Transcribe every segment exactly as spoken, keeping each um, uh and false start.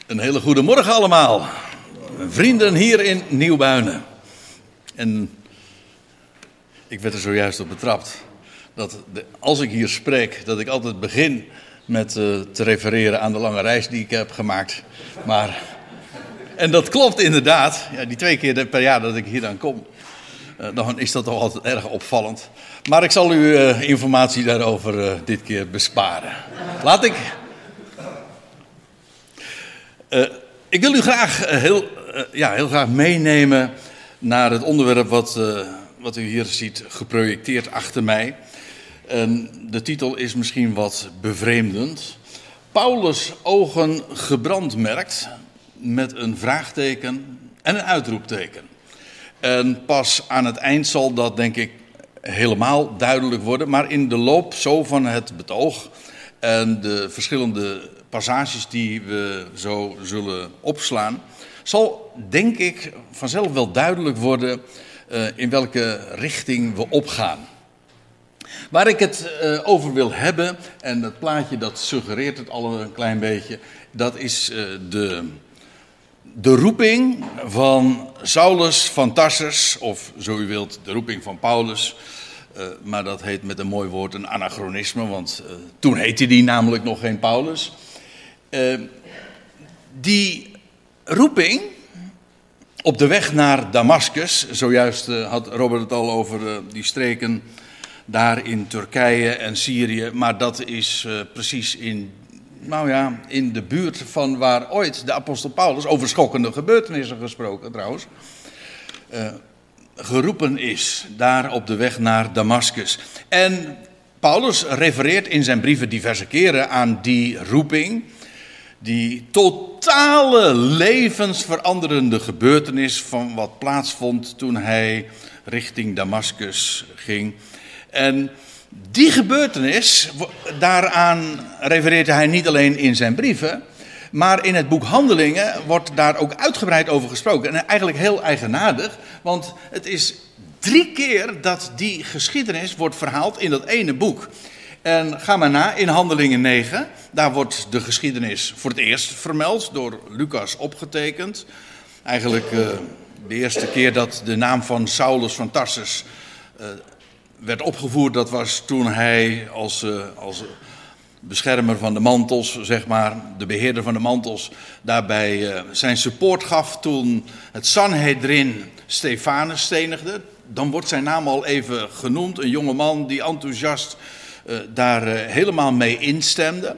Een hele goede morgen allemaal. Vrienden hier in Nieuwbuinen. En ik werd er zojuist op betrapt dat de, als ik hier spreek, dat ik altijd begin met uh, te refereren aan de lange reis die ik heb gemaakt. Maar, en dat klopt inderdaad. Ja, die twee keer per jaar dat ik hier dan kom, uh, dan is dat toch altijd erg opvallend. Maar ik zal u uh, informatie daarover uh, dit keer besparen. Laat ik... Uh, ik wil u graag uh, heel, uh, ja, heel graag meenemen naar het onderwerp wat, uh, wat u hier ziet geprojecteerd achter mij. En de titel is misschien wat bevreemdend. Paulus' ogen gebrandmerkt met een vraagteken en een uitroepteken. En pas aan het eind zal dat denk ik helemaal duidelijk worden. Maar in de loop zo van het betoog en de verschillende passages die we zo zullen opslaan, zal denk ik vanzelf wel duidelijk worden uh, in welke richting we opgaan. Waar ik het uh, over wil hebben, en dat plaatje dat suggereert het al een klein beetje, dat is uh, de, de roeping van Saulus van Tarsus, of zo u wilt, de roeping van Paulus. Uh, maar dat heet met een mooi woord een anachronisme, want uh, toen heette die namelijk nog geen Paulus. Uh, die roeping op de weg naar Damascus, zojuist uh, had Robert het al over uh, die streken daar in Turkije en Syrië, maar dat is uh, precies in, nou ja, in de buurt van waar ooit de apostel Paulus, over schokkende gebeurtenissen gesproken trouwens, uh, geroepen is, daar op de weg naar Damascus. En Paulus refereert in zijn brieven diverse keren aan die roeping, die totale levensveranderende gebeurtenis van wat plaatsvond toen hij richting Damascus ging. En die gebeurtenis, daaraan refereert hij niet alleen in zijn brieven, maar in het boek Handelingen wordt daar ook uitgebreid over gesproken. En eigenlijk heel eigenaardig, want het is drie keer dat die geschiedenis wordt verhaald in dat ene boek. En ga maar na, in Handelingen negen, daar wordt de geschiedenis voor het eerst vermeld, door Lucas opgetekend. Eigenlijk uh, de eerste keer dat de naam van Saulus van Tarsus uh, werd opgevoerd, dat was toen hij als, uh, als beschermer van de mantels, zeg maar, de beheerder van de mantels, daarbij uh, zijn support gaf toen het Sanhedrin Stefanus stenigde. Dan wordt zijn naam al even genoemd, een jonge man die enthousiast uh, daar uh, helemaal mee instemde.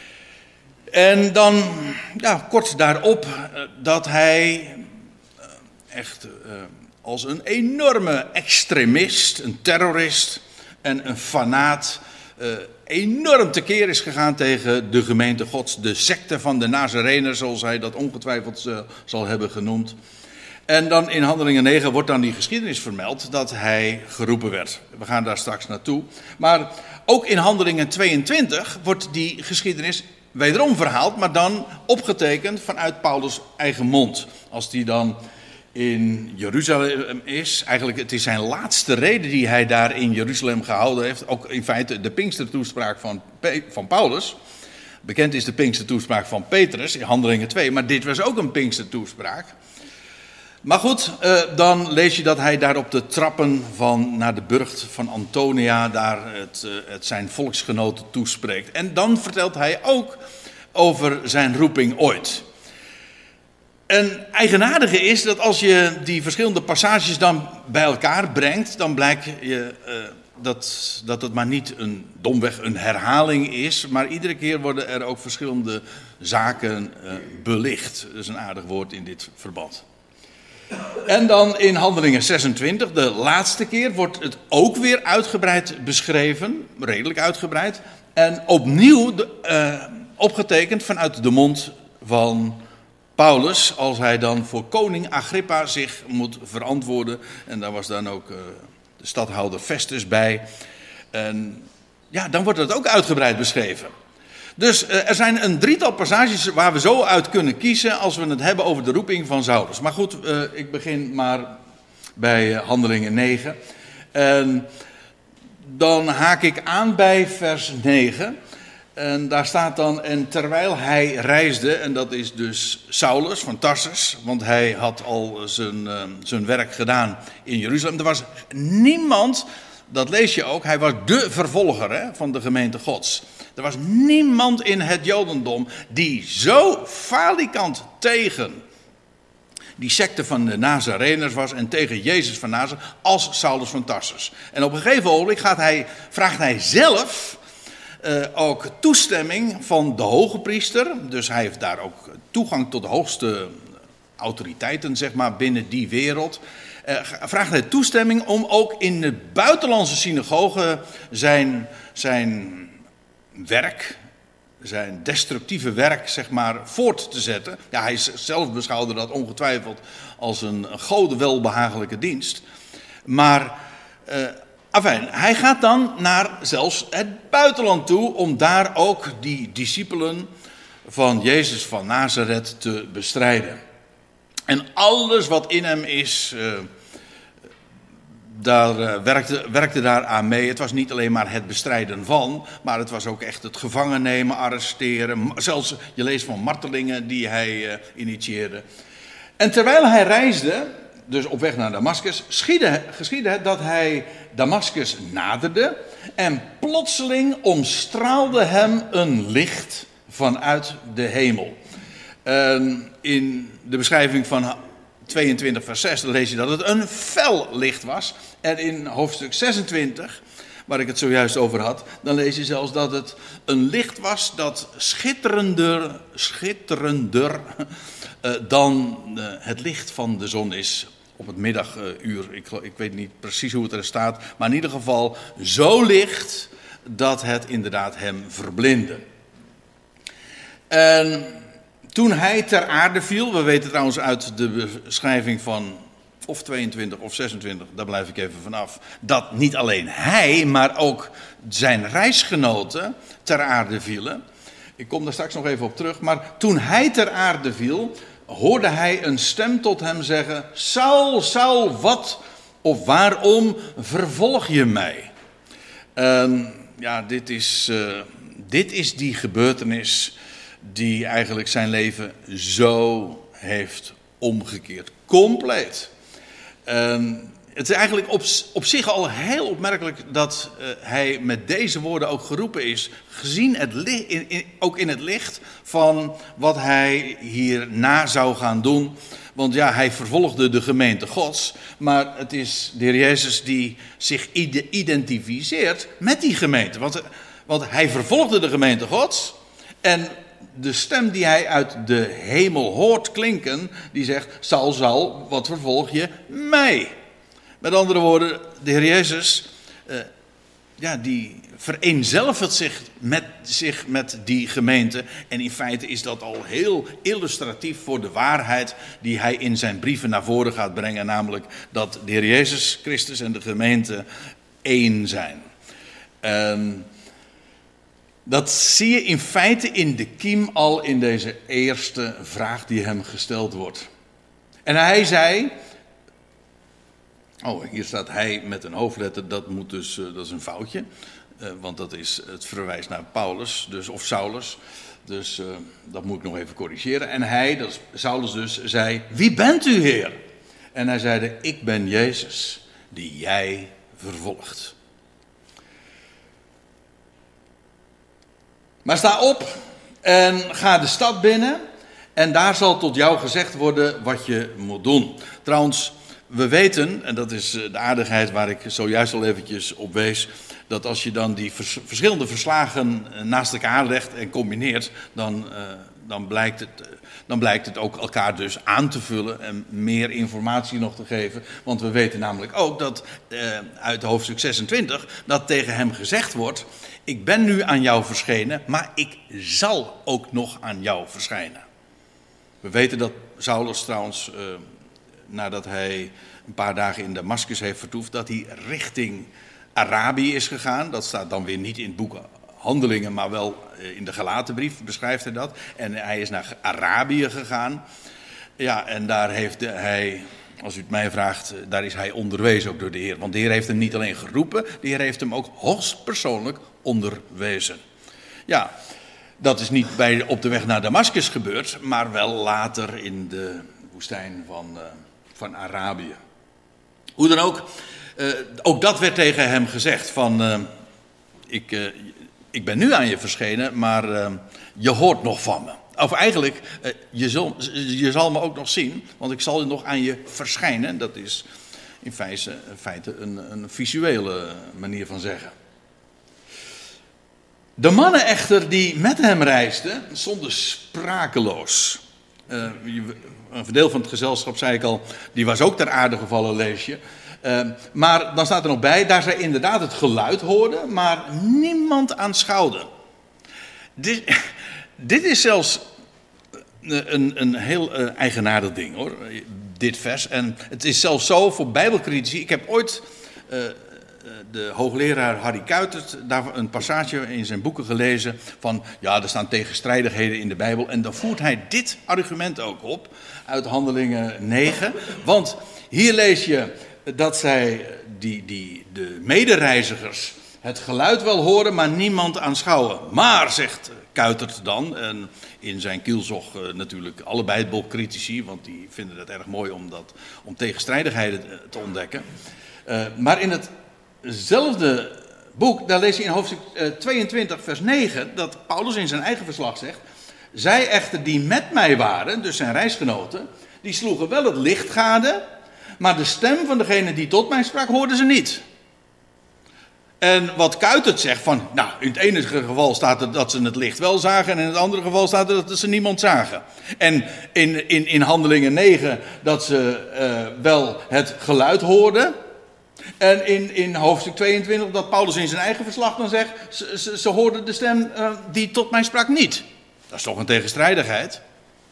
En dan, ja, kort daarop, uh, dat hij uh, echt uh, als een enorme extremist, een terrorist en een fanaat uh, enorm tekeer is gegaan tegen de gemeente Gods, de secte van de Nazarener, zoals hij dat ongetwijfeld uh, zal hebben genoemd. En dan in Handelingen negen wordt dan die geschiedenis vermeld dat hij geroepen werd. We gaan daar straks naartoe. Maar ook in Handelingen tweeëntwintig wordt die geschiedenis wederom verhaald, maar dan opgetekend vanuit Paulus' eigen mond. Als die dan in Jeruzalem is, eigenlijk het is zijn laatste reden die hij daar in Jeruzalem gehouden heeft. Ook in feite de Pinkstertoespraak van, van Paulus. Bekend is de Pinkstertoespraak van Petrus in Handelingen twee, maar dit was ook een Pinkstertoespraak. Maar goed, uh, dan lees je dat hij daar op de trappen van, naar de burcht van Antonia daar het, uh, het zijn volksgenoten toespreekt. En dan vertelt hij ook over zijn roeping ooit. En eigenaardige is dat als je die verschillende passages dan bij elkaar brengt, dan blijkt je uh, dat, dat het maar niet een domweg een herhaling is, maar iedere keer worden er ook verschillende zaken uh, belicht. Dat is een aardig woord in dit verband. En dan in Handelingen zesentwintig, de laatste keer, wordt het ook weer uitgebreid beschreven, redelijk uitgebreid, en opnieuw de, uh, opgetekend vanuit de mond van Paulus, als hij dan voor koning Agrippa zich moet verantwoorden. En daar was dan ook uh, de stadhouder Festus bij. En ja, dan wordt het ook uitgebreid beschreven. Dus uh, er zijn een drietal passages waar we zo uit kunnen kiezen als we het hebben over de roeping van Saulus. Maar goed, uh, ik begin maar bij uh, Handelingen negen. En dan haak ik aan bij vers negen. En daar staat dan, en terwijl hij reisde, en dat is dus Saulus van Tarsus, want hij had al zijn, uh, zijn werk gedaan in Jeruzalem. Er was niemand, dat lees je ook, hij was de vervolger hè, van de gemeente Gods. Er was niemand in het Jodendom die zo falikant tegen die secte van de Nazareners was en tegen Jezus van Nazareth als Saulus van Tarsus. En op een gegeven ogenblik gaat hij, vraagt hij zelf uh, ook toestemming van de hoge priester. Dus hij heeft daar ook toegang tot de hoogste autoriteiten, zeg maar, binnen die wereld. Uh, vraagt hij toestemming om ook in de buitenlandse synagoge zijn, zijn werk, zijn destructieve werk, zeg maar, voort te zetten. Ja, hij zelf beschouwde dat ongetwijfeld als een gode welbehagelijke dienst. Maar, uh, afijn, hij gaat dan naar zelfs het buitenland toe om daar ook die discipelen van Jezus van Nazareth te bestrijden. En alles wat in hem is, uh, daar uh, werkte, werkte daar aan mee. Het was niet alleen maar het bestrijden van, maar het was ook echt het gevangen nemen, arresteren. Zelfs, je leest van martelingen die hij uh, initieerde. En terwijl hij reisde, dus op weg naar Damascus, geschiedde, geschiedde het dat hij Damascus naderde. En plotseling omstraalde hem een licht vanuit de hemel. Uh, in de beschrijving van tweeëntwintig vers zes lees je dat het een fel licht was. En in hoofdstuk zesentwintig, waar ik het zojuist over had, dan lees je zelfs dat het een licht was dat schitterender, schitterender uh, dan uh, het licht van de zon is op het middaguur. Ik, ik weet niet precies hoe het er staat, maar in ieder geval zo licht dat het inderdaad hem verblindde. En toen hij ter aarde viel, we weten trouwens uit de beschrijving van of tweeëntwintig of zesentwintig, daar blijf ik even vanaf, dat niet alleen hij, maar ook zijn reisgenoten ter aarde vielen. Ik kom daar straks nog even op terug, maar toen hij ter aarde viel, hoorde hij een stem tot hem zeggen: Saul, Saul, wat of waarom vervolg je mij? Uh, ja, dit is, uh, dit is die gebeurtenis die eigenlijk zijn leven zo heeft omgekeerd. Compleet. Uh, het is eigenlijk op, op zich al heel opmerkelijk dat uh, hij met deze woorden ook geroepen is, gezien het licht, in, in, ook in het licht van wat hij hierna zou gaan doen. Want ja, hij vervolgde de gemeente Gods, maar het is de Heer Jezus die zich identificeert met die gemeente. Want, want hij vervolgde de gemeente Gods en de stem die hij uit de hemel hoort klinken, die zegt: Saul, Saul, wat vervolg je mij? Met andere woorden, de Heer Jezus, uh, ja, die vereenzelvigt zich met, zich met die gemeente. En in feite is dat al heel illustratief voor de waarheid die hij in zijn brieven naar voren gaat brengen. Namelijk dat de Heer Jezus Christus en de gemeente één zijn. Um, Dat zie je in feite in de kiem al in deze eerste vraag die hem gesteld wordt. En hij zei, oh, hier staat hij met een hoofdletter, dat moet dus, uh, dat is een foutje. Uh, want dat is, het verwijst naar Paulus, dus, of Saulus. Dus uh, dat moet ik nog even corrigeren. En hij, dat is Saulus dus, zei: Wie bent u, Heer? En hij zeide: Ik ben Jezus, die jij vervolgt. Maar sta op en ga de stad binnen en daar zal tot jou gezegd worden wat je moet doen. Trouwens, we weten, en dat is de aardigheid waar ik zojuist al eventjes op wees, dat als je dan die vers- verschillende verslagen naast elkaar legt en combineert, dan, uh, dan, blijkt het, uh, dan blijkt het ook elkaar dus aan te vullen en meer informatie nog te geven. Want we weten namelijk ook dat uh, uit hoofdstuk zesentwintig dat tegen hem gezegd wordt: Ik ben nu aan jou verschenen, maar ik zal ook nog aan jou verschijnen. We weten dat Saulus trouwens, uh, nadat hij een paar dagen in Damascus heeft vertoefd, dat hij richting Arabië is gegaan. Dat staat dan weer niet in het boek Handelingen, maar wel in de Galatenbrief beschrijft hij dat. En hij is naar Arabië gegaan. Ja, en daar heeft hij, als u het mij vraagt, daar is hij onderwezen ook door de Heer. Want de Heer heeft hem niet alleen geroepen, de Heer heeft hem ook hoogstpersoonlijk onderwezen. Ja, dat is niet bij, op de weg naar Damascus gebeurd, maar wel later in de woestijn van, uh, van Arabië. Hoe dan ook, uh, ook dat werd tegen hem gezegd van, uh, ik, uh, ik ben nu aan je verschenen, maar uh, je hoort nog van me. Of eigenlijk, uh, je, zal, je zal me ook nog zien, want ik zal nog aan je verschijnen. Dat is in feite, in feite een, een visuele manier van zeggen. De mannen echter die met hem reisden, stonden sprakeloos. Uh, een deel van het gezelschap, zei ik al, die was ook ter aarde gevallen, lees je. Uh, maar dan staat er nog bij, daar zij inderdaad het geluid hoorden, maar niemand aanschouwde. Dit, dit is zelfs een, een heel uh, eigenaardig ding, hoor, dit vers. En het is zelfs zo voor bijbelcritici. Ik heb ooit uh, de hoogleraar Harry Kuitert daar een passage in zijn boeken gelezen van, ja, er staan tegenstrijdigheden in de Bijbel. En dan voert hij dit argument ook op uit Handelingen negen. Want hier lees je dat zij, die, die, de medereizigers, het geluid wel horen, maar niemand aanschouwen. Maar, zegt Kuitert dan, en in zijn kielzog uh, natuurlijk alle bijbelcritici, want die vinden het erg mooi om, dat, om tegenstrijdigheden te ontdekken. Uh, maar in hetzelfde boek, daar lees je in hoofdstuk uh, tweeëntwintig vers negen, dat Paulus in zijn eigen verslag zegt, zij echter die met mij waren, dus zijn reisgenoten, die sloegen wel het licht gade, maar de stem van degene die tot mij sprak, hoorden ze niet. En wat Kuitert zegt van, nou, in het ene geval staat er dat ze het licht wel zagen, en in het andere geval staat er dat ze niemand zagen. En in, in, in Handelingen negen dat ze uh, wel het geluid hoorden. En in, in hoofdstuk tweeëntwintig dat Paulus in zijn eigen verslag dan zegt, ze, ze, ze hoorden de stem uh, die tot mij sprak niet. Dat is toch een tegenstrijdigheid.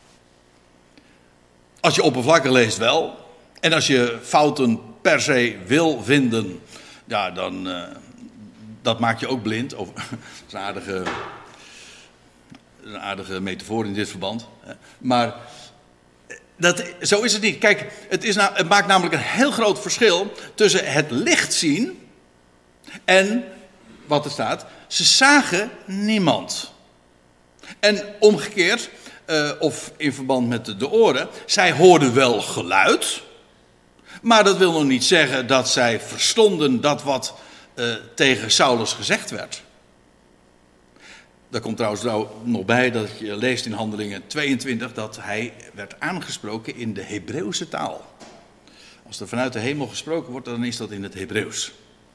Als je oppervlakkig leest wel. En als je fouten per se wil vinden, ja, dan, uh, dat maakt je ook blind. Of, dat is een aardige, een aardige metafoor in dit verband. Maar dat, zo is het niet. Kijk, het, is nou, het maakt namelijk een heel groot verschil tussen het licht zien en wat er staat. Ze zagen niemand. En omgekeerd, uh, of in verband met de, de oren, zij hoorden wel geluid. Maar dat wil nog niet zeggen dat zij verstonden dat wat uh, tegen Saulus gezegd werd. Daar komt trouwens nou nog bij dat je leest in Handelingen tweeëntwintig dat hij werd aangesproken in de Hebreeuwse taal. Als er vanuit de hemel gesproken wordt, dan is dat in het Hebreeuws.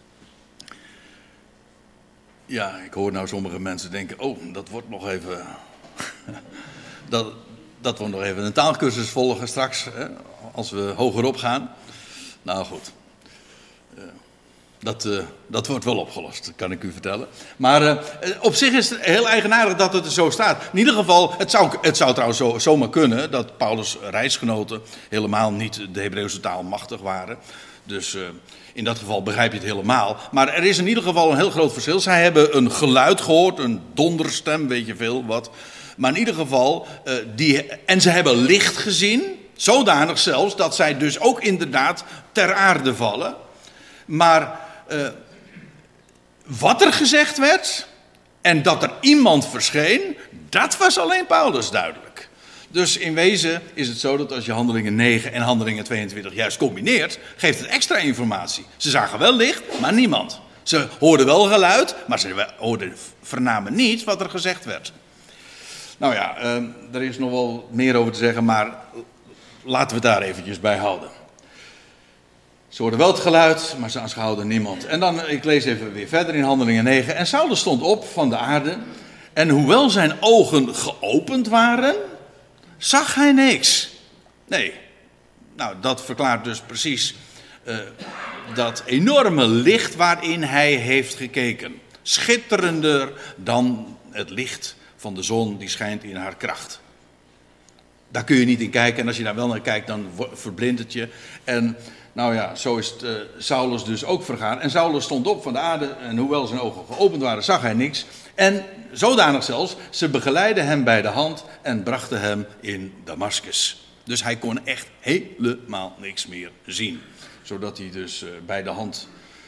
Ja, ik hoor nou sommige mensen denken, oh, dat wordt nog even... dat, dat wordt nog even een taalkursus volgen straks, hè, als we hogerop gaan. Nou goed, uh, dat, uh, dat wordt wel opgelost, kan ik u vertellen. Maar uh, op zich is het heel eigenaardig dat het er zo staat. In ieder geval, het zou, het zou trouwens zo, zomaar kunnen dat Paulus' reisgenoten helemaal niet de Hebreeuwse taal machtig waren. Dus uh, in dat geval begrijp je het helemaal. Maar er is in ieder geval een heel groot verschil. Zij hebben een geluid gehoord, een donderstem, weet je veel wat. Maar in ieder geval, uh, die, en ze hebben licht gezien. Zodanig zelfs dat zij dus ook inderdaad ter aarde vallen. Maar uh, wat er gezegd werd en dat er iemand verscheen, dat was alleen Paulus duidelijk. Dus in wezen is het zo dat als je Handelingen negen en Handelingen tweeëntwintig juist combineert, geeft het extra informatie. Ze zagen wel licht, maar niemand. Ze hoorden wel geluid, maar ze hoorden, vernamen niet wat er gezegd werd. Nou ja, uh, er is nog wel meer over te zeggen, maar laten we het daar eventjes bij houden. Ze hoorden wel het geluid, maar ze aanschouwden niemand. En dan, ik lees even weer verder in Handelingen negen. En Saulus stond op van de aarde. En hoewel zijn ogen geopend waren, zag hij niks. Nee. Nou, dat verklaart dus precies uh, dat enorme licht waarin hij heeft gekeken. Schitterender dan het licht van de zon die schijnt in haar kracht. Daar kun je niet in kijken. En als je daar wel naar kijkt, dan verblindt het je. En nou ja, zo is het, uh, Saulus dus ook vergaan. En Saulus stond op van de aarde. En hoewel zijn ogen geopend waren, zag hij niks. En zodanig zelfs, ze begeleidden hem bij de hand en brachten hem in Damascus. Dus hij kon echt helemaal niks meer zien. Zodat hij dus uh, bij de hand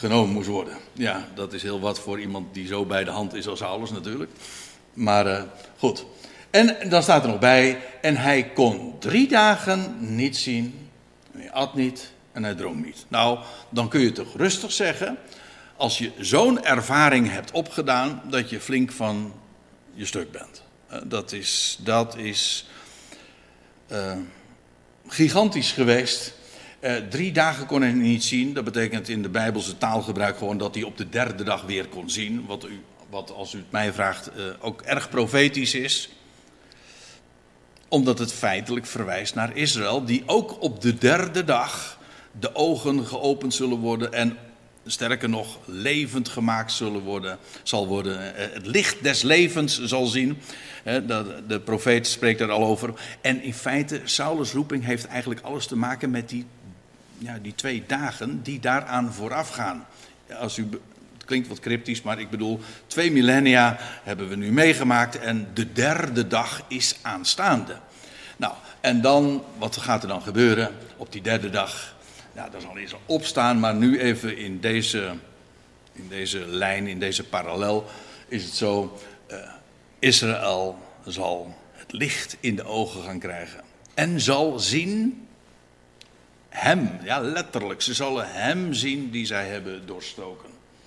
genomen moest worden. Ja, dat is heel wat voor iemand die zo bij de hand is als Saulus natuurlijk. Maar uh, goed. En dan staat er nog bij, en hij kon drie dagen niet zien, hij at niet en hij dronk niet. Nou, dan kun je toch rustig zeggen, als je zo'n ervaring hebt opgedaan, dat je flink van je stuk bent. Uh, dat is, dat is uh, gigantisch geweest. Uh, drie dagen kon hij niet zien. Dat betekent in de Bijbelse taalgebruik gewoon dat hij op de derde dag weer kon zien. Wat, u, wat als u het mij vraagt, uh, ook erg profetisch is. Omdat het feitelijk verwijst naar Israël, die ook op de derde dag de ogen geopend zullen worden en sterker nog levend gemaakt zullen worden, zal worden. Het licht des levens zal zien. De profeet spreekt daar al over. En in feite, Saulus' roeping heeft eigenlijk alles te maken met die, ja, die twee dagen die daaraan vooraf gaan. Als u, het klinkt wat cryptisch, maar ik bedoel, twee millennia hebben we nu meegemaakt en de derde dag is aanstaande. Nou, en dan, wat gaat er dan gebeuren op die derde dag? Ja, dan zal Israël opstaan, maar nu even in deze, in deze lijn, in deze parallel is het zo. Uh, Israël zal het licht in de ogen gaan krijgen. En zal zien hem, ja letterlijk, ze zullen hem zien die zij hebben doorstoken.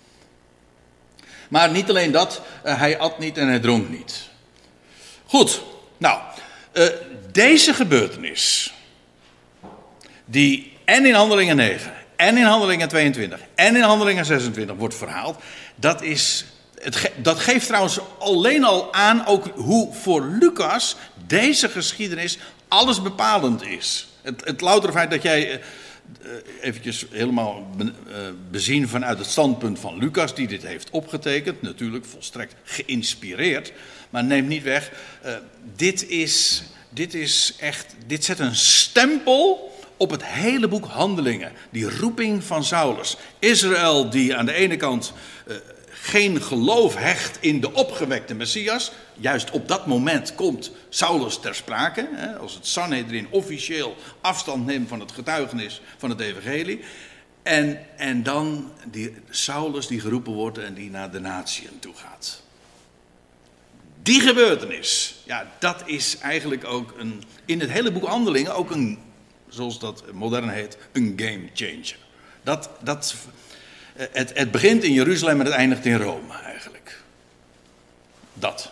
Maar niet alleen dat, uh, hij at niet en hij dronk niet. Goed, nou, uh, deze gebeurtenis, die en in Handelingen negen, en in Handelingen tweeëntwintig, en in Handelingen zesentwintig wordt verhaald, dat is, het ge, dat geeft trouwens alleen al aan ook hoe voor Lucas deze geschiedenis alles bepalend is. Het, het loutere feit dat jij, uh, eventjes helemaal be, uh, bezien vanuit het standpunt van Lucas, die dit heeft opgetekend, natuurlijk volstrekt geïnspireerd, maar neemt niet weg, uh, dit is, dit is echt, dit zet een stempel op het hele boek Handelingen. Die roeping van Saulus. Israël die aan de ene kant uh, geen geloof hecht in de opgewekte Messias. Juist op dat moment komt Saulus ter sprake. Hè, als het Sanhedrin officieel afstand neemt van het getuigenis van het evangelie. En, en dan die Saulus die geroepen wordt en die naar de natieën toe gaat. Die gebeurtenis. Ja, dat is eigenlijk ook een, in het hele boek Handelingen ook een, zoals dat modern heet, een game changer. Dat, dat, het, het begint in Jeruzalem en het eindigt in Rome eigenlijk. Dat.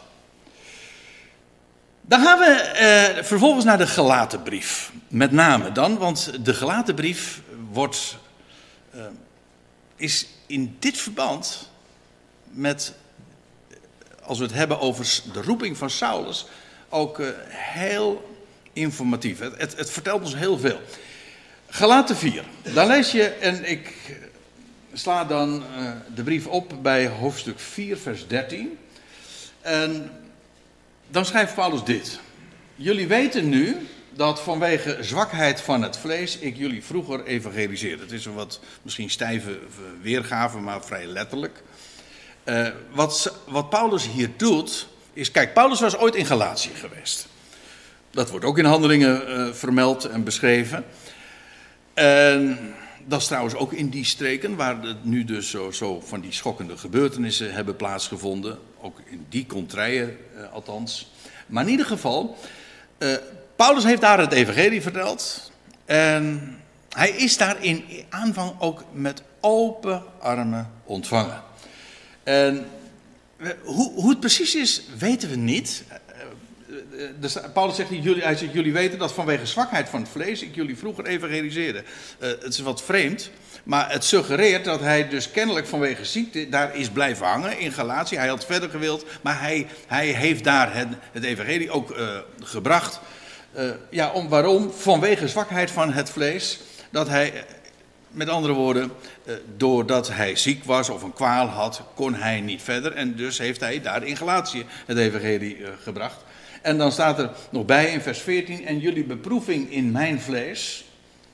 Dan gaan we eh, vervolgens naar de Galatenbrief. Met name dan, want de Galatenbrief wordt, eh, is in dit verband met, als we het hebben over de roeping van Saulus, ook eh, heel informatief. Het, het, het vertelt ons heel veel. Galaten vier. Daar lees je, en ik sla dan uh, de brief op bij hoofdstuk vier, vers dertien. En dan schrijft Paulus dit. Jullie weten nu dat vanwege zwakheid van het vlees ik jullie vroeger evangeliseerde. Het is een wat misschien stijve weergave, maar vrij letterlijk. Uh, wat, wat Paulus hier doet, is, kijk, Paulus was ooit in Galatië geweest. Dat wordt ook in Handelingen uh, vermeld en beschreven. En dat is trouwens ook in die streken waar het nu dus zo, zo van die schokkende gebeurtenissen hebben plaatsgevonden. Ook in die contraien uh, althans. Maar in ieder geval, uh, Paulus heeft daar het evangelie verteld. En hij is daar in aanvang ook met open armen ontvangen. En uh, hoe, hoe het precies is, weten we niet. Dus Paulus zegt, jullie, hij zegt, jullie weten dat vanwege zwakheid van het vlees ik jullie vroeger evangeliseerde. Uh, het is wat vreemd, maar het suggereert dat hij dus kennelijk vanwege ziekte daar is blijven hangen in Galatië. Hij had verder gewild, maar hij, hij heeft daar het, het evangelie ook uh, gebracht. Uh, ja, om, waarom? Vanwege zwakheid van het vlees. Dat hij, met andere woorden, uh, doordat hij ziek was of een kwaal had, kon hij niet verder. En dus heeft hij daar in Galatië het evangelie uh, gebracht. En dan staat er nog bij in vers veertien, en jullie beproeving in mijn vlees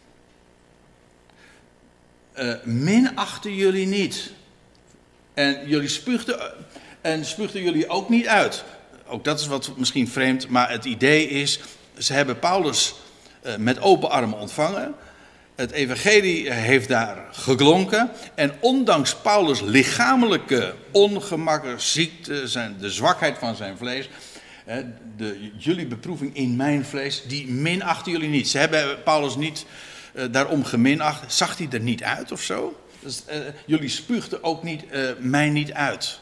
uh, minachten jullie niet. En jullie spuugden, en spuugden jullie ook niet uit. Ook dat is wat misschien vreemd, maar het idee is, ze hebben Paulus uh, met open armen ontvangen. Het evangelie heeft daar geklonken. En ondanks Paulus' lichamelijke ongemakken, ziekte, zijn, de zwakheid van zijn vlees, de, jullie beproeving in mijn vlees, die minachten jullie niet. Ze hebben Paulus niet uh, daarom geminacht. Zag hij er niet uit of zo? Dus, uh, jullie spuugden ook niet, uh, mij niet uit.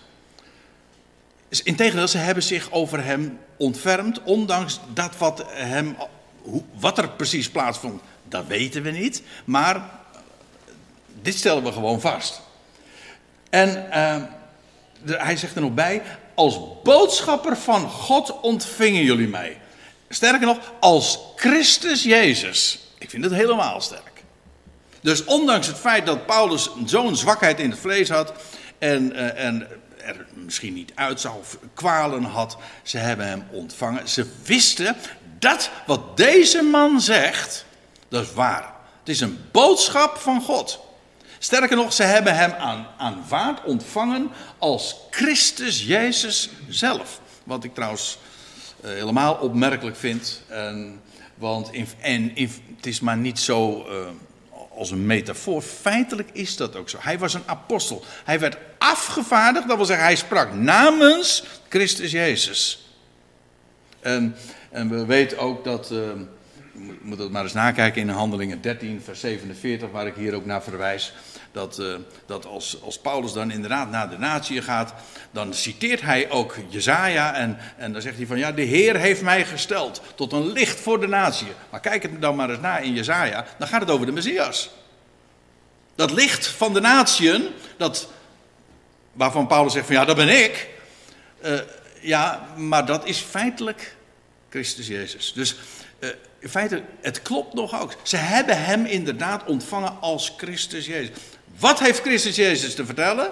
Dus integendeel, ze hebben zich over hem ontfermd, ondanks dat wat, hem, hoe, wat er precies plaatsvond, dat weten we niet. Maar dit stellen we gewoon vast. En uh, de, hij zegt er nog bij, als boodschapper van God ontvingen jullie mij. Sterker nog, als Christus Jezus. Ik vind het helemaal sterk. Dus ondanks het feit dat Paulus zo'n zwakheid in het vlees had en, uh, en er misschien niet uitzag of kwalen had, ze hebben hem ontvangen. Ze wisten dat wat deze man zegt, dat is waar. Het is een boodschap van God. Sterker nog, ze hebben hem aan, aanvaard, ontvangen als Christus Jezus zelf. Wat ik trouwens uh, helemaal opmerkelijk vind. En, want in, en in, het is maar niet zo uh, als een metafoor. Feitelijk is dat ook zo. Hij was een apostel. Hij werd afgevaardigd, dat wil zeggen, hij sprak namens Christus Jezus. En, en we weten ook dat... Uh, Je moet het maar eens nakijken in Handelingen dertien, vers zevenenveertig, waar ik hier ook naar verwijs. Dat, uh, dat als, als Paulus dan inderdaad naar de natie gaat, dan citeert hij ook Jesaja. En, en dan zegt hij van, ja, de Heer heeft mij gesteld tot een licht voor de natie. Maar kijk het dan maar eens na in Jesaja, dan gaat het over de Messias. Dat licht van de natieën, dat, waarvan Paulus zegt van, ja, dat ben ik. Uh, ja, maar dat is feitelijk Christus Jezus. Dus... Uh, In feite, het klopt nog ook. Ze hebben hem inderdaad ontvangen als Christus Jezus. Wat heeft Christus Jezus te vertellen?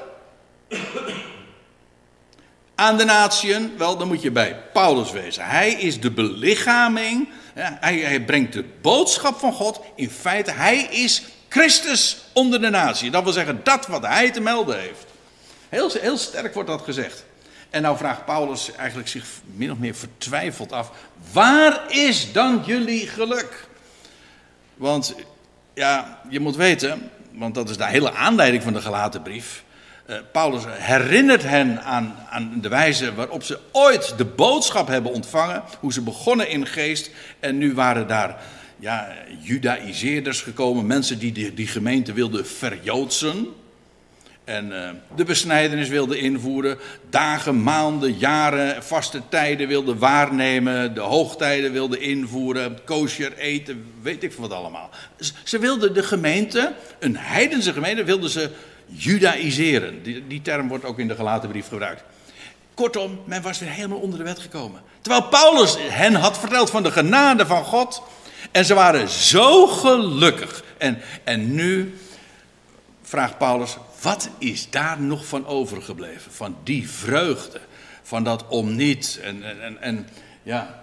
Aan de natieën, wel, dan moet je bij Paulus wezen. Hij is de belichaming. Ja, hij, hij brengt de boodschap van God. In feite, hij is Christus onder de natie. Dat wil zeggen, dat wat hij te melden heeft. Heel, heel sterk wordt dat gezegd. En nou vraagt Paulus eigenlijk zich min of meer vertwijfeld af. Waar is dan jullie geluk? Want ja, je moet weten, want dat is de hele aanleiding van de Galatenbrief. Uh, Paulus herinnert hen aan, aan de wijze waarop ze ooit de boodschap hebben ontvangen. Hoe ze begonnen in geest. En nu waren daar ja, Judaïseerders gekomen. Mensen die die, die gemeente wilden verjoodsen. En uh, de besnijdenis wilde invoeren, dagen, maanden, jaren, vaste tijden wilde waarnemen, de hoogtijden wilde invoeren, kosher eten, weet ik wat allemaal. Ze wilden de gemeente, een heidense gemeente, wilden ze judaïseren. Die, die term wordt ook in de Galatenbrief gebruikt. Kortom, men was weer helemaal onder de wet gekomen. Terwijl Paulus hen had verteld van de genade van God. En ze waren zo gelukkig. En, en nu vraagt Paulus, wat is daar nog van overgebleven? Van die vreugde, van dat om niet. En, en, en ja,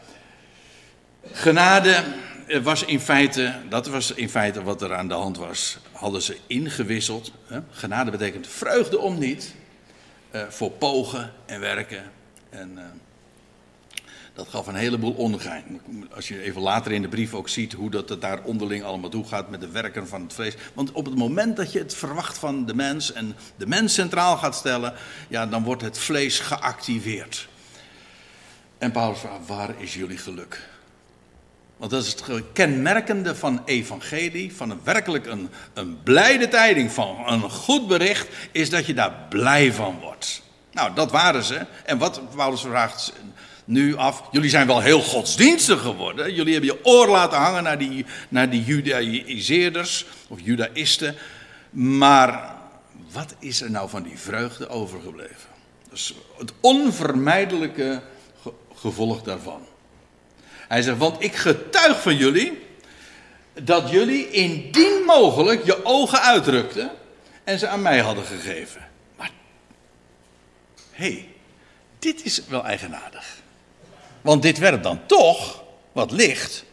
genade was in feite, dat was in feite wat er aan de hand was. Hadden ze ingewisseld. Hè? Genade betekent vreugde om niet. Uh, voor pogen en werken. En uh, dat gaf een heleboel ongein. Als je even later in de brief ook ziet hoe dat het daar onderling allemaal toe gaat met de werken van het vlees. Want op het moment dat je het verwacht van de mens en de mens centraal gaat stellen, ja, dan wordt het vlees geactiveerd. En Paulus vraagt, waar is jullie geluk? Want dat is het kenmerkende van evangelie, van een werkelijk een, een blijde tijding, van een goed bericht, is dat je daar blij van wordt. Nou, dat waren ze. En wat Paulus vraagt nu af, jullie zijn wel heel godsdienstig geworden. Jullie hebben je oor laten hangen naar die, naar die Judaïseerders of Judaïsten. Maar wat is er nou van die vreugde overgebleven? Dat is het onvermijdelijke ge- gevolg daarvan. Hij zegt, want ik getuig van jullie dat jullie indien mogelijk je ogen uitdrukten en ze aan mij hadden gegeven. Maar, hé, hey, dit is wel eigenaardig. Want dit werpt dan toch wat licht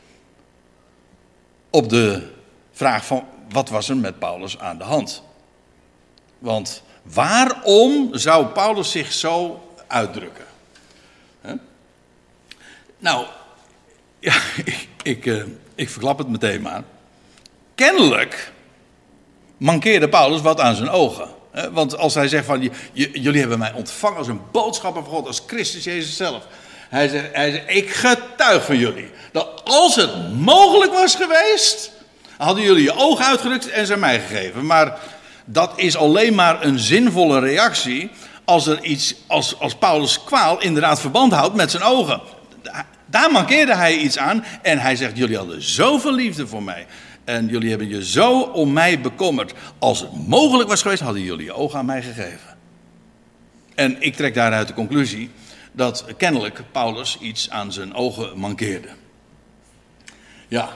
op de vraag van wat was er met Paulus aan de hand. Want waarom zou Paulus zich zo uitdrukken? Huh? Nou, ja, ik, ik, uh, ik verklap het meteen maar. kennelijk mankeerde Paulus wat aan zijn ogen. Want als hij zegt van, jullie hebben mij ontvangen als een boodschapper van God, als Christus Jezus zelf. Hij zegt, hij zegt, ik getuig van jullie, dat als het mogelijk was geweest, hadden jullie je ogen uitgerukt en ze mij gegeven. Maar dat is alleen maar een zinvolle reactie als er iets, als, als Paulus' kwaal inderdaad verband houdt met zijn ogen. Daar mankeerde hij iets aan en hij zegt, jullie hadden zoveel liefde voor mij. En jullie hebben je zo om mij bekommerd. Als het mogelijk was geweest, hadden jullie je ogen aan mij gegeven. En ik trek daaruit de conclusie dat kennelijk Paulus iets aan zijn ogen mankeerde. Ja,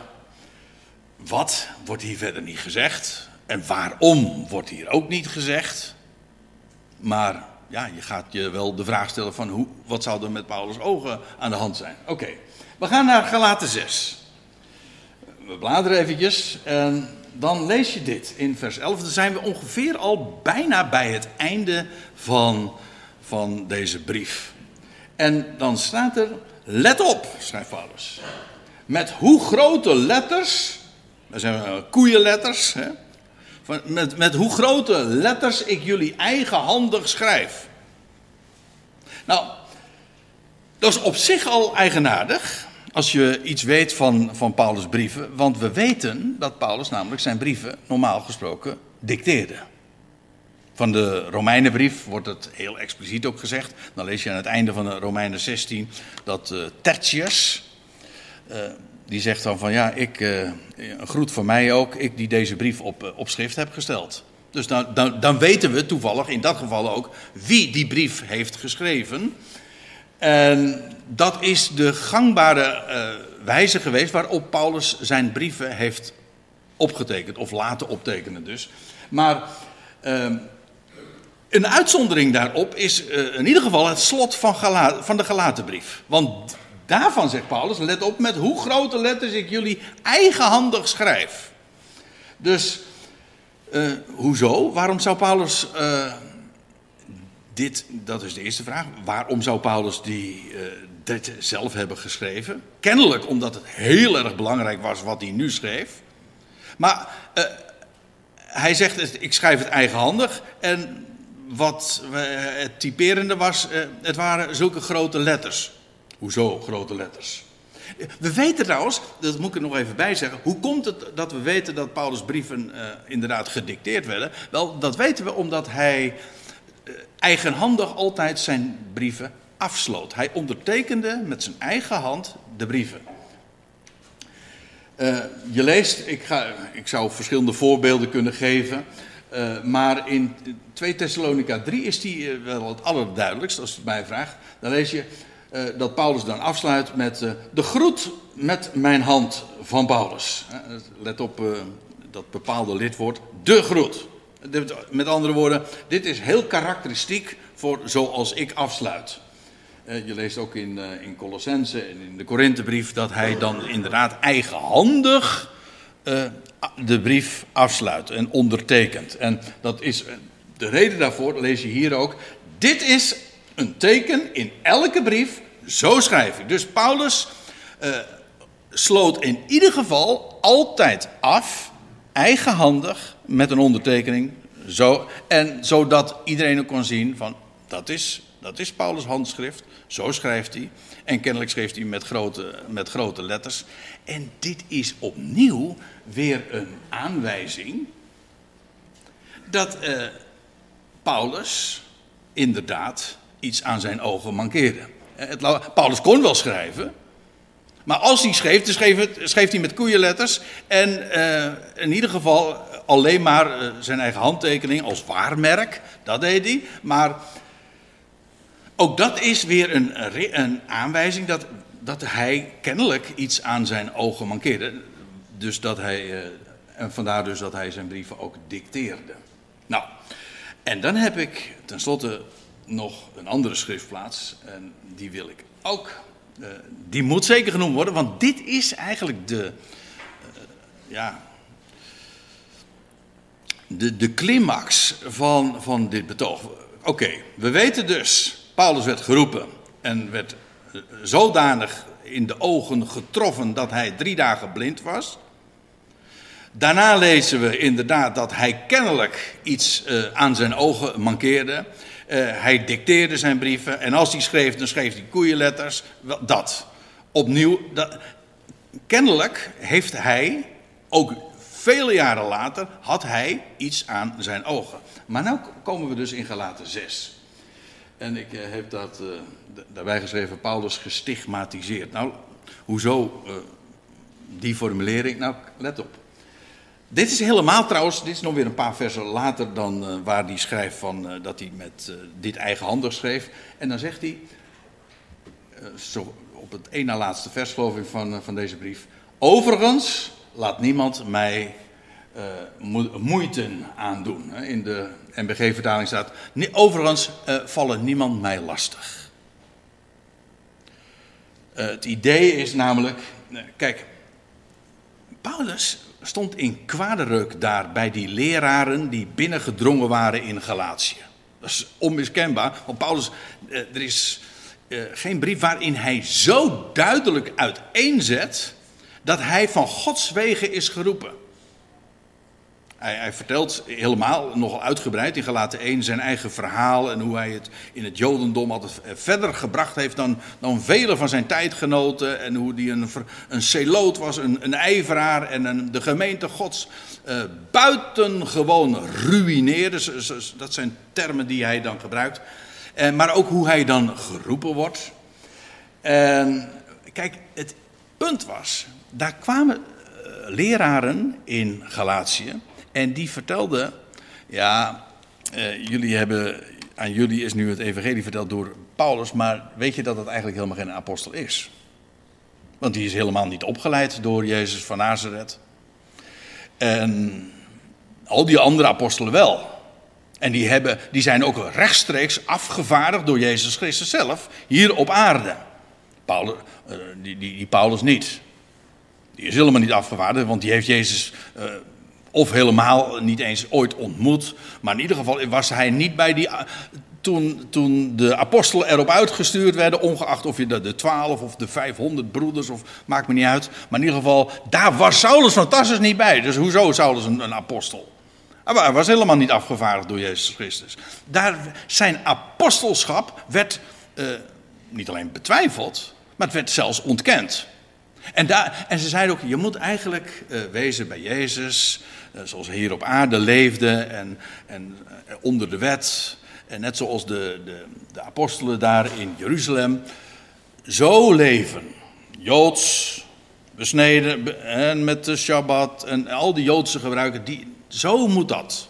wat wordt hier verder niet gezegd? En waarom wordt hier ook niet gezegd? Maar ja, je gaat je wel de vraag stellen van hoe, wat zou er met Paulus' ogen aan de hand zijn? Oké, okay. We gaan naar Galaten zes. We bladeren eventjes en dan lees je dit in vers elf. Dan zijn we ongeveer al bijna bij het einde van, van deze brief. En dan staat er, let op, schrijft Paulus. Met hoe grote letters, dat zijn koeienletters, hè? Met, met hoe grote letters ik jullie eigenhandig schrijf. Nou, dat is op zich al eigenaardig. Als je iets weet van, van Paulus' brieven. Want we weten dat Paulus namelijk zijn brieven normaal gesproken dicteerde. Van de Romeinenbrief wordt het heel expliciet ook gezegd. Dan lees je aan het einde van de Romeinen zestien dat uh, Tertius, uh, die zegt dan van ja, ik, uh, een groet van mij ook, ik die deze brief op, uh, op schrift heb gesteld. Dus dan, dan, dan weten we toevallig in dat geval ook wie die brief heeft geschreven. En dat is de gangbare uh, wijze geweest waarop Paulus zijn brieven heeft opgetekend, of laten optekenen dus. Maar uh, een uitzondering daarop is uh, in ieder geval het slot van, Gala- van de Galatenbrief. Want daarvan zegt Paulus, let op met hoe grote letters ik jullie eigenhandig schrijf. Dus, uh, hoezo? Waarom zou Paulus... Uh, Dit, dat is de eerste vraag. Waarom zou Paulus die, uh, dit zelf hebben geschreven? Kennelijk omdat het heel erg belangrijk was wat hij nu schreef. Maar uh, hij zegt, ik schrijf het eigenhandig. En wat uh, het typerende was, uh, het waren zulke grote letters. Hoezo grote letters? We weten trouwens, dat moet ik er nog even bij zeggen, hoe komt het dat we weten dat Paulus' brieven uh, inderdaad gedicteerd werden? Wel, dat weten we omdat hij eigenhandig altijd zijn brieven afsloot. Hij ondertekende met zijn eigen hand de brieven. Uh, je leest, ik, ga, ik zou verschillende voorbeelden kunnen geven. Uh, maar in twee Thessalonica drie is die uh, wel het allerduidelijkst, als je het mij vraagt. Dan lees je uh, dat Paulus dan afsluit met uh, de groet met mijn hand van Paulus. Uh, let op uh, dat bepaalde lidwoord, de groet. Met andere woorden, dit is heel karakteristiek voor zoals ik afsluit. Uh, je leest ook in, uh, in Colossense en in de Korinthebrief dat hij dan inderdaad eigenhandig uh, de brief afsluit en ondertekent. En dat is de reden daarvoor, lees je hier ook. Dit is een teken in elke brief, zo schrijf ik. Dus Paulus uh, sloot in ieder geval altijd af, eigenhandig, met een ondertekening. Zo, en zodat iedereen ook kon zien van, dat is, dat is Paulus' handschrift. Zo schrijft hij. En kennelijk schreef hij met grote, met grote letters. En dit is opnieuw weer een aanwijzing dat uh, Paulus inderdaad iets aan zijn ogen mankeerde. Het, Paulus kon wel schrijven. Maar als hij schreef, dan schreef, het, schreef hij met koeienletters. En uh, in ieder geval alleen maar uh, zijn eigen handtekening als waarmerk. Dat deed hij. Maar ook dat is weer een, een aanwijzing dat, dat hij kennelijk iets aan zijn ogen mankeerde. Dus dat hij, uh, en vandaar dus dat hij zijn brieven ook dicteerde. Nou, en dan heb ik tenslotte nog een andere schriftplaats. En die wil ik ook... Uh, die moet zeker genoemd worden, want dit is eigenlijk de, uh, ja, de, de climax van, van dit betoog. Oké, okay, we weten dus, Paulus werd geroepen en werd zodanig in de ogen getroffen dat hij drie dagen blind was. Daarna lezen we inderdaad dat hij kennelijk iets uh, aan zijn ogen mankeerde. Uh, hij dicteerde zijn brieven en als hij schreef, dan schreef hij koeienletters. Dat. Opnieuw, dat, kennelijk heeft hij, ook vele jaren later, had hij iets aan zijn ogen. Maar nu komen we dus in Galaten zes. En ik uh, heb dat uh, daarbij geschreven, Paulus gestigmatiseerd. Nou, hoezo uh, die formulering? Nou, let op. Dit is helemaal trouwens, dit is nog weer een paar versen later dan uh, waar hij schrijft van, uh, dat hij met uh, dit eigenhandig schreef. En dan zegt hij, uh, zo op het één na laatste vers geloof ik van, uh, van deze brief. Overigens laat niemand mij uh, mo- moeite aandoen. In de N B G-vertaling staat, overigens uh, vallen niemand mij lastig. Uh, het idee is namelijk, uh, kijk, Paulus stond in kwade reuk daar bij die leraren die binnengedrongen waren in Galatië. Dat is onmiskenbaar, want Paulus, uh, er is uh, geen brief waarin hij zo duidelijk uiteenzet dat hij van Gods wegen is geroepen. Hij, hij vertelt helemaal, nogal uitgebreid in Galaten één zijn eigen verhaal en hoe hij het in het Jodendom altijd verder gebracht heeft dan, dan vele van zijn tijdgenoten. En hoe hij een, een zeloot was, een, een ijveraar en een, de gemeente Gods uh, buitengewoon ruïneerde. Dat zijn termen die hij dan gebruikt. En, maar ook hoe hij dan geroepen wordt. En kijk, het punt was, daar kwamen uh, leraren in Galatië. En die vertelden, ja, uh, jullie hebben, aan jullie is nu het evangelie verteld door Paulus, maar weet je dat het eigenlijk helemaal geen apostel is? Want die is helemaal niet opgeleid door Jezus van Nazareth. En al die andere apostelen wel. En die, hebben, die zijn ook rechtstreeks afgevaardigd door Jezus Christus zelf, hier op aarde. Paulus, uh, die, die, die Paulus niet. Die is helemaal niet afgevaardigd, want die heeft Jezus Uh, of helemaal niet eens ooit ontmoet. Maar in ieder geval was hij niet bij die. Toen, toen de apostelen erop uitgestuurd werden, ongeacht of je de, de twaalf of de vijfhonderd broeders, of maakt me niet uit. Maar in ieder geval, daar was Saulus van Tarsus niet bij. Dus hoezo Saulus een, een apostel? Maar hij was helemaal niet afgevaardigd door Jezus Christus. Daar, zijn apostelschap werd uh, niet alleen betwijfeld, maar het werd zelfs ontkend. En, daar, en ze zeiden ook, je moet eigenlijk uh, wezen bij Jezus, uh, zoals hij hier op aarde leefde en, en uh, onder de wet. En net zoals de, de, de apostelen daar in Jeruzalem. Zo leven. Joods, besneden en met de Shabbat en al die Joodse gebruiken. Die, zo moet dat.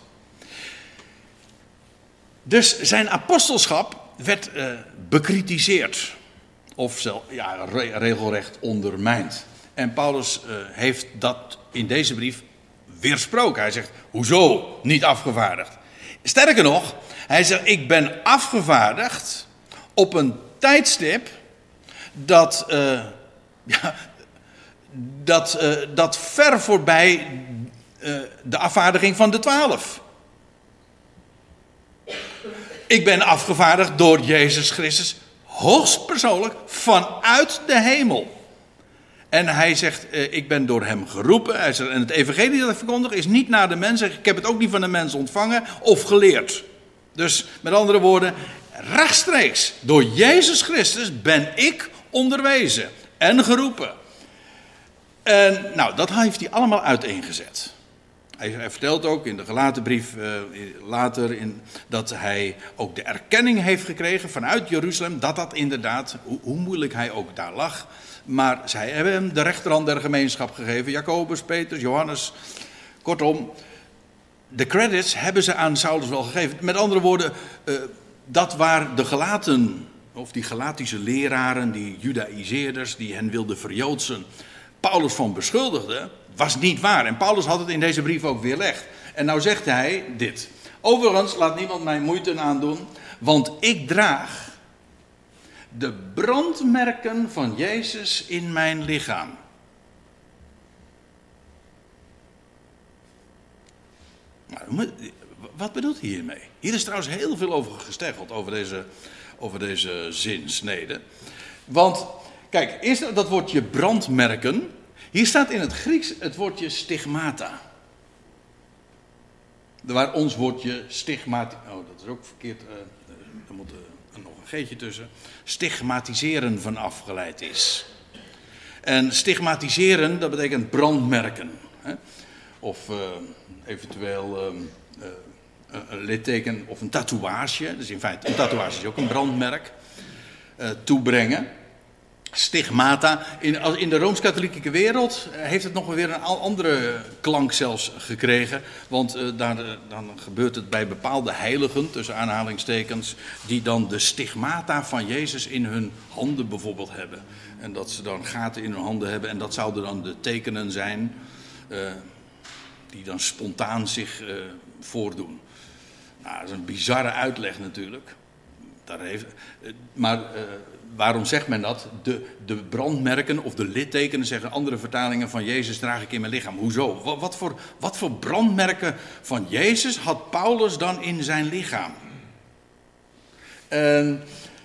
Dus zijn apostelschap werd uh, bekritiseerd. Of zelf, ja, regelrecht ondermijnd. En Paulus uh, heeft dat in deze brief weersproken. Hij zegt, hoezo niet afgevaardigd? Sterker nog, hij zegt, ik ben afgevaardigd op een tijdstip dat, uh, ja, dat, uh, dat ver voorbij uh, de afvaardiging van de twaalf. Ik ben afgevaardigd door Jezus Christus, hoogstpersoonlijk, vanuit de hemel. En hij zegt, uh, ik ben door hem geroepen. Hij zegt, en het evangelie dat ik verkondig is niet naar de mens. Ik heb het ook niet van de mens ontvangen of geleerd. Dus met andere woorden, rechtstreeks door Jezus Christus ben ik onderwezen en geroepen. En nou, dat heeft hij allemaal uiteengezet. Hij, hij vertelt ook in de Galatenbrief uh, later in, dat hij ook de erkenning heeft gekregen vanuit Jeruzalem. Dat dat inderdaad, hoe, hoe moeilijk hij ook daar lag. Maar zij hebben hem de rechterhand der gemeenschap gegeven. Jacobus, Petrus, Johannes. Kortom, de credits hebben ze aan Saulus wel gegeven. Met andere woorden, uh, dat waar de Galaten, of die Galatische leraren, die Judaïseerders, die hen wilden verjoodsen, Paulus van beschuldigden, was niet waar. En Paulus had het in deze brief ook weerlegd. En nou zegt hij dit. Overigens, laat niemand mij moeite aandoen, want ik draag de brandmerken van Jezus in mijn lichaam. Nou, wat bedoelt hij hiermee? Hier is trouwens heel veel over gesteggeld, over deze, over deze zinsnede. Want, kijk, eerst dat woordje brandmerken. Hier staat in het Grieks het woordje stigmata. Waar ons woordje stigmati... Oh, dat is ook verkeerd. Uh, er moet uh, nog een geetje tussen. Stigmatiseren van afgeleid is. En stigmatiseren, dat betekent brandmerken. Hè? Of uh, eventueel um, uh, een litteken of een tatoeage. Dus in feite, een tatoeage is ook een brandmerk. Uh, toebrengen. Stigmata. In, in de Rooms-Katholieke wereld heeft het nog weer een andere klank zelfs gekregen. Want uh, daar, dan gebeurt het bij bepaalde heiligen, tussen aanhalingstekens, die dan de stigmata van Jezus in hun handen bijvoorbeeld hebben. En dat ze dan gaten in hun handen hebben en dat zouden dan de tekenen zijn uh, die dan spontaan zich uh, voordoen. Nou, dat is een bizarre uitleg natuurlijk. Daar heeft, uh, maar... Uh, Waarom zegt men dat? De, de brandmerken of de littekenen, zeggen andere vertalingen, van Jezus draag ik in mijn lichaam. Hoezo? Wat, wat, voor, wat voor brandmerken van Jezus had Paulus dan in zijn lichaam? Uh,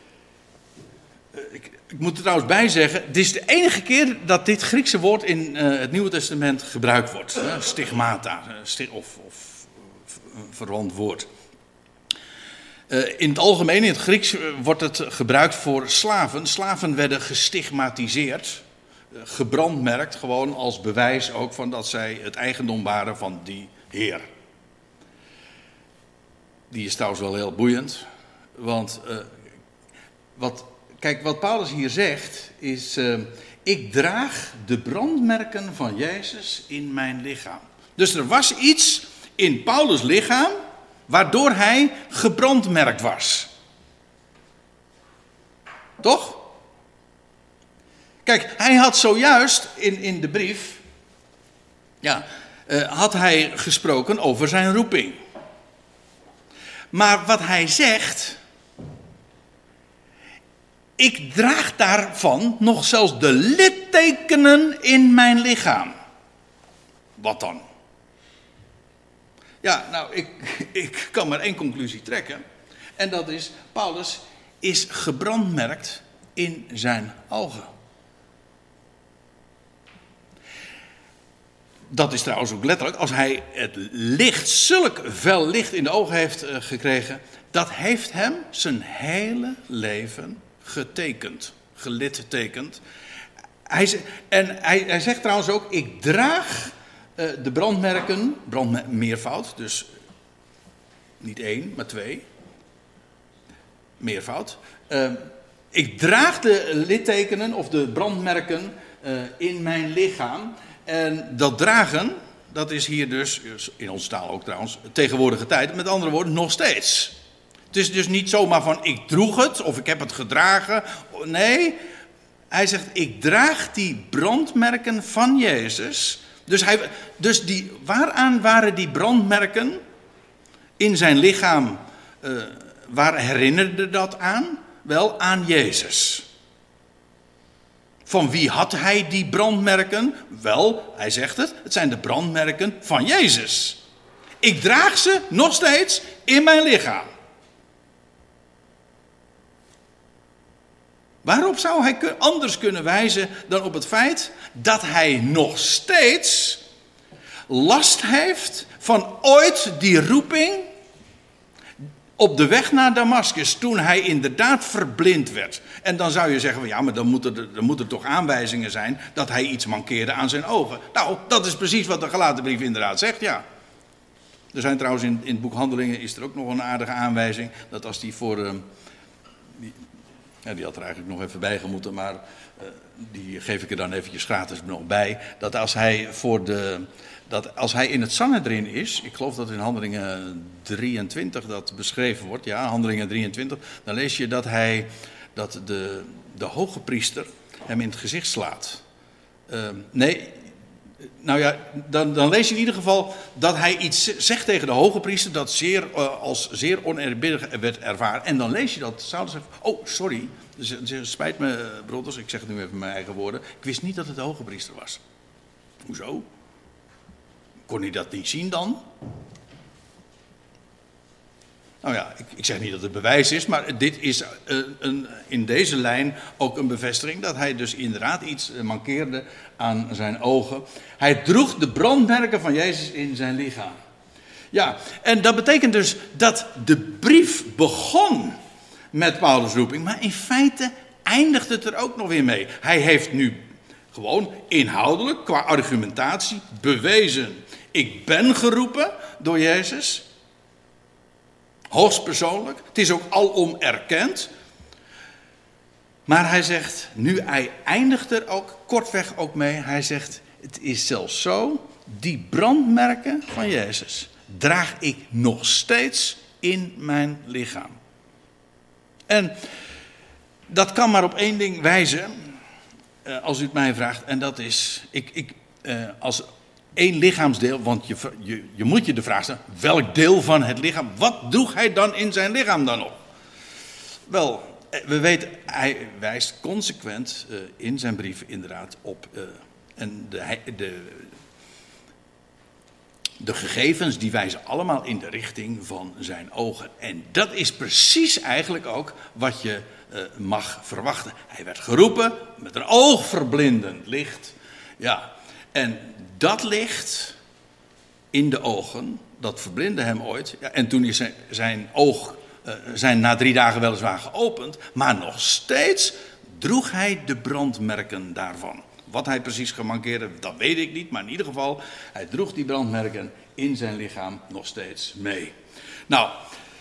ik, ik moet er trouwens bij zeggen, dit is de enige keer dat dit Griekse woord in uh, het Nieuwe Testament gebruikt wordt. Uh, stigmata, uh, sti- of, of uh, verwant woord. Uh, in het algemeen, in het Grieks, uh, wordt het gebruikt voor slaven. Slaven werden gestigmatiseerd, uh, gebrandmerkt, gewoon als bewijs ook van dat zij het eigendom waren van die heer. Die is trouwens wel heel boeiend, want uh, wat, kijk, wat Paulus hier zegt is, uh, ik draag de brandmerken van Jezus in mijn lichaam. Dus er was iets in Paulus' lichaam waardoor hij gebrandmerkt was. Toch? Kijk, hij had zojuist in, in de brief... Ja, uh, had hij gesproken over zijn roeping. Maar wat hij zegt... Ik draag daarvan nog zelfs de littekenen in mijn lichaam. Wat dan? Ja, nou, ik, ik kan maar één conclusie trekken. En dat is, Paulus is gebrandmerkt in zijn ogen. Dat is trouwens ook letterlijk, als hij het licht, zulk fel licht in de ogen heeft uh, gekregen, dat heeft hem zijn hele leven getekend, gelittekend. Hij, en hij, hij zegt trouwens ook, ik draag uh, de brandmerken, brandmer, meervoud, dus niet één, maar twee, meervoud. Uh, ik draag de littekenen of de brandmerken uh, in mijn lichaam. En dat dragen, dat is hier dus, in onze taal ook trouwens, tegenwoordige tijd, met andere woorden, nog steeds. Het is dus niet zomaar van, ik droeg het, of ik heb het gedragen. Nee, hij zegt, ik draag die brandmerken van Jezus. Dus, hij, dus die, waaraan waren die brandmerken in zijn lichaam, uh, waar herinnerde dat aan? Wel, aan Jezus. Van wie had hij die brandmerken? Wel, hij zegt het, het zijn de brandmerken van Jezus. Ik draag ze nog steeds in mijn lichaam. Waarop zou hij anders kunnen wijzen dan op het feit dat hij nog steeds last heeft van ooit die roeping op de weg naar Damascus, toen hij inderdaad verblind werd. En dan zou je zeggen, ja, maar dan moeten er, dan moeten er toch aanwijzingen zijn dat hij iets mankeerde aan zijn ogen. Nou, dat is precies wat de Galatenbrief inderdaad zegt, ja. Er zijn trouwens in, in het boek Handelingen is er ook nog een aardige aanwijzing, dat als die voor... Uh, die, ja, die had er eigenlijk nog even bij gemoeten, maar uh, die geef ik er dan eventjes gratis nog bij. Dat als hij voor de... Dat als hij in het Sanhedrin is, ik geloof dat in Handelingen drieëntwintig dat beschreven wordt, ja, Handelingen drieëntwintig, dan lees je dat hij, dat de, de hoge priester hem in het gezicht slaat. Uh, nee, nou ja, dan, dan lees je in ieder geval dat hij iets zegt tegen de hoge priester dat zeer, uh, als zeer oneerbiedig werd ervaren. En dan lees je dat Saulus zegt, oh, sorry, dus, dus, spijt me, broeders, ik zeg het nu even in mijn eigen woorden, ik wist niet dat het de hoge priester was. Hoezo? Kon hij dat niet zien dan? Nou ja, ik, ik zeg niet dat het bewijs is, maar dit is uh, een, in deze lijn ook een bevestiging dat hij dus inderdaad iets mankeerde aan zijn ogen. Hij droeg de brandmerken van Jezus in zijn lichaam. Ja, en dat betekent dus dat de brief begon met Paulus' roeping, maar in feite eindigt het er ook nog weer mee. Hij heeft nu gewoon inhoudelijk, qua argumentatie, bewezen: ik ben geroepen door Jezus. Hoogstpersoonlijk. Het is ook alom erkend. Maar hij zegt, nu hij eindigt er ook kortweg ook mee. Hij zegt, het is zelfs zo, die brandmerken van Jezus draag ik nog steeds in mijn lichaam. En dat kan maar op één ding wijzen, als u het mij vraagt. En dat is, ik, ik, als één lichaamsdeel, want je, je, je moet je de vraag stellen, welk deel van het lichaam, wat droeg hij dan in zijn lichaam dan op? Wel, we weten, hij wijst consequent uh, in zijn brief inderdaad op uh, en de, de, de gegevens die wijzen allemaal in de richting van zijn ogen. En dat is precies eigenlijk ook wat je uh, mag verwachten. Hij werd geroepen met een oogverblindend licht. Ja, en dat licht in de ogen, dat verblindde hem ooit. Ja, en toen is zijn, zijn oog uh, zijn na drie dagen weliswaar geopend, maar nog steeds droeg hij de brandmerken daarvan. Wat hij precies gemankeerde, dat weet ik niet, maar in ieder geval, hij droeg die brandmerken in zijn lichaam nog steeds mee. Nou,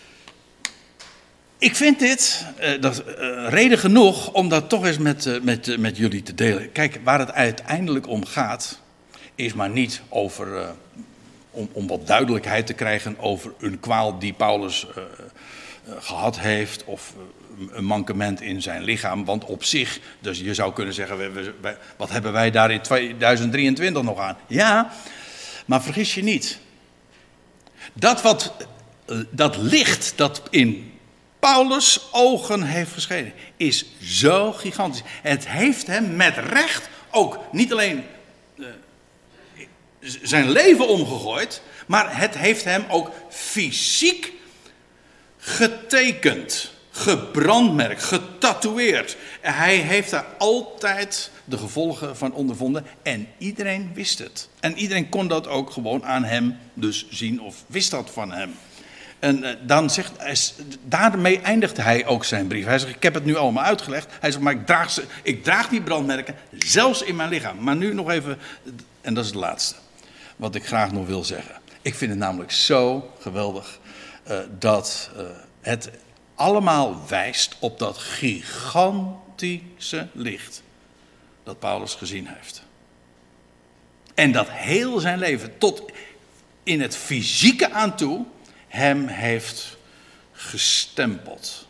ik vind dit uh, dat, uh, reden genoeg om dat toch eens met, uh, met, uh, met jullie te delen. Kijk, waar het uiteindelijk om gaat, is maar niet over, uh, om, om wat duidelijkheid te krijgen over een kwaal die Paulus uh, uh, gehad heeft, of uh, een mankement in zijn lichaam. Want op zich, dus je zou kunnen zeggen, we, we, we, wat hebben wij daar in tweeduizend drieëntwintig nog aan? Ja, maar vergis je niet. Dat, wat, uh, dat licht dat in Paulus' ogen heeft geschenen, is zo gigantisch. Het heeft hem met recht ook niet alleen uh, zijn leven omgegooid, maar het heeft hem ook fysiek getekend, gebrandmerkt, getatoeëerd. Hij heeft daar altijd de gevolgen van ondervonden en iedereen wist het. En iedereen kon dat ook gewoon aan hem dus zien of wist dat van hem. En uh, dan zegt hij, daarmee eindigt hij ook zijn brief. Hij zegt, ik heb het nu allemaal uitgelegd. Hij zegt, maar ik draag, ze, ik draag die brandmerken zelfs in mijn lichaam. Maar nu nog even, en dat is het laatste, wat ik graag nog wil zeggen. Ik vind het namelijk zo geweldig uh, dat uh, het allemaal wijst op dat gigantische licht dat Paulus gezien heeft. En dat heel zijn leven, tot in het fysieke aan toe, hem heeft gestempeld.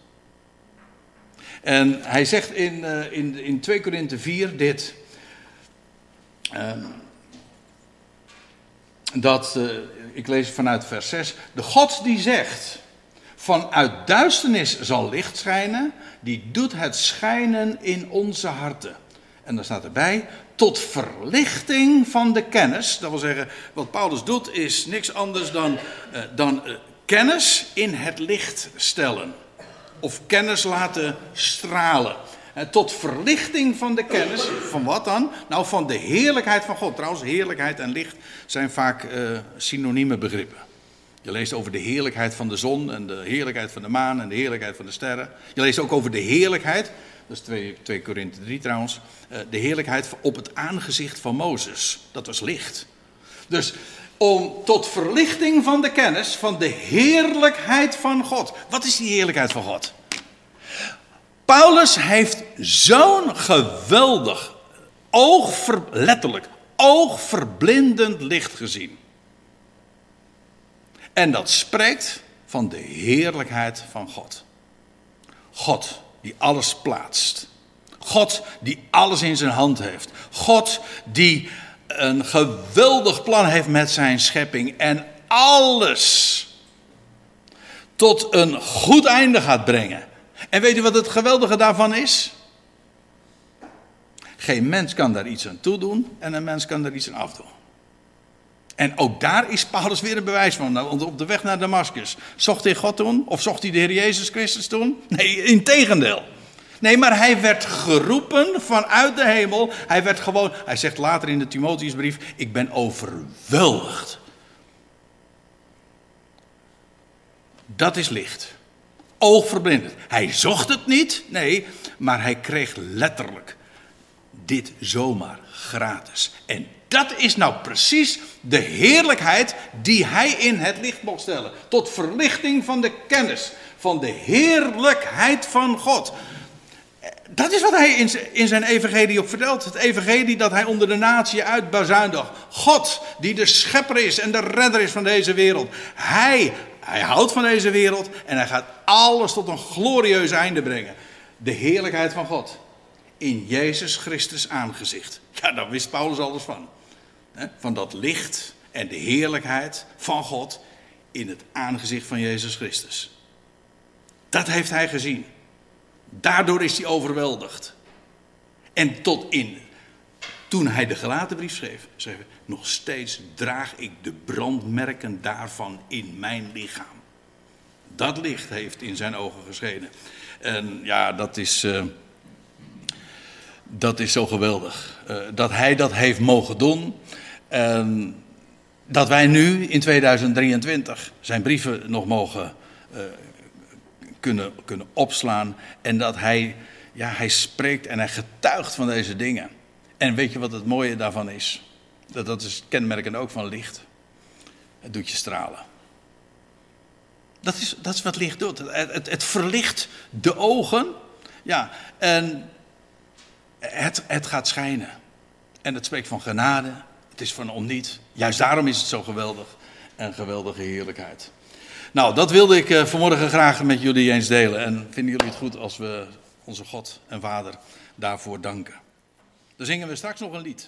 En hij zegt in, uh, in, in twee Korinthe vier dit. Uh, dat, uh, ik lees vanuit vers zes. De God die zegt, vanuit duisternis zal licht schijnen, die doet het schijnen in onze harten. En dan staat erbij, tot verlichting van de kennis. Dat wil zeggen, wat Paulus doet is niks anders dan, uh, dan uh, kennis in het licht stellen. Of kennis laten stralen. Uh, tot verlichting van de kennis. Van wat dan? Nou, van de heerlijkheid van God. Trouwens, heerlijkheid en licht zijn vaak uh, synonieme begrippen. Je leest over de heerlijkheid van de zon en de heerlijkheid van de maan en de heerlijkheid van de sterren. Je leest ook over de heerlijkheid, dat is twee Korinthe drie trouwens, de heerlijkheid op het aangezicht van Mozes. Dat was licht. Dus om tot verlichting van de kennis van de heerlijkheid van God. Wat is die heerlijkheid van God? Paulus heeft zo'n geweldig, oogver, letterlijk, oogverblindend licht gezien. En dat spreekt van de heerlijkheid van God. God die alles plaatst. God die alles in zijn hand heeft. God die een geweldig plan heeft met zijn schepping. En alles tot een goed einde gaat brengen. En weet u wat het geweldige daarvan is? Geen mens kan daar iets aan toedoen en een mens kan daar iets aan afdoen. En ook daar is Paulus weer een bewijs van. Op de weg naar Damascus. Zocht hij God toen? Of zocht hij de Heer Jezus Christus toen? Nee, integendeel. Nee, maar hij werd geroepen vanuit de hemel. Hij werd gewoon, hij zegt later in de Timotheusbrief, ik ben overweldigd Dat is licht. Oogverblindend. Hij zocht het niet, nee, maar hij kreeg letterlijk dit zomaar gratis. En dat is nou precies de heerlijkheid die hij in het licht mocht stellen. Tot verlichting van de kennis van de heerlijkheid van God. Dat is wat hij in zijn evangelie ook vertelt. Het evangelie dat hij onder de natie uitbazuinigt. God, die de schepper is en de redder is van deze wereld. Hij, hij houdt van deze wereld en hij gaat alles tot een glorieus einde brengen. De heerlijkheid van God. In Jezus Christus aangezicht. Ja, daar wist Paulus alles van. Van dat licht en de heerlijkheid van God in het aangezicht van Jezus Christus. Dat heeft hij gezien. Daardoor is hij overweldigd. En tot in, toen hij de Galatenbrief schreef, schreef hij, nog steeds draag ik de brandmerken daarvan in mijn lichaam. Dat licht heeft in zijn ogen geschenen. En ja, dat is, uh, dat is zo geweldig. Uh, dat hij dat heeft mogen doen. En dat wij nu in tweeduizend drieëntwintig zijn brieven nog mogen uh, kunnen, kunnen opslaan. En dat hij, ja, hij spreekt en hij getuigt van deze dingen. En weet je wat het mooie daarvan is? Dat, dat is kenmerkend ook van licht. Het doet je stralen. Dat is, dat is wat licht doet. Het, het, het verlicht de ogen. Ja, en het, het gaat schijnen. En het spreekt van genade. Het is van onniet. Juist daarom is het zo geweldig. En geweldige heerlijkheid. Nou, dat wilde ik uh, vanmorgen graag met jullie eens delen. En vinden jullie het goed als we onze God en Vader daarvoor danken? Dan zingen we straks nog een lied.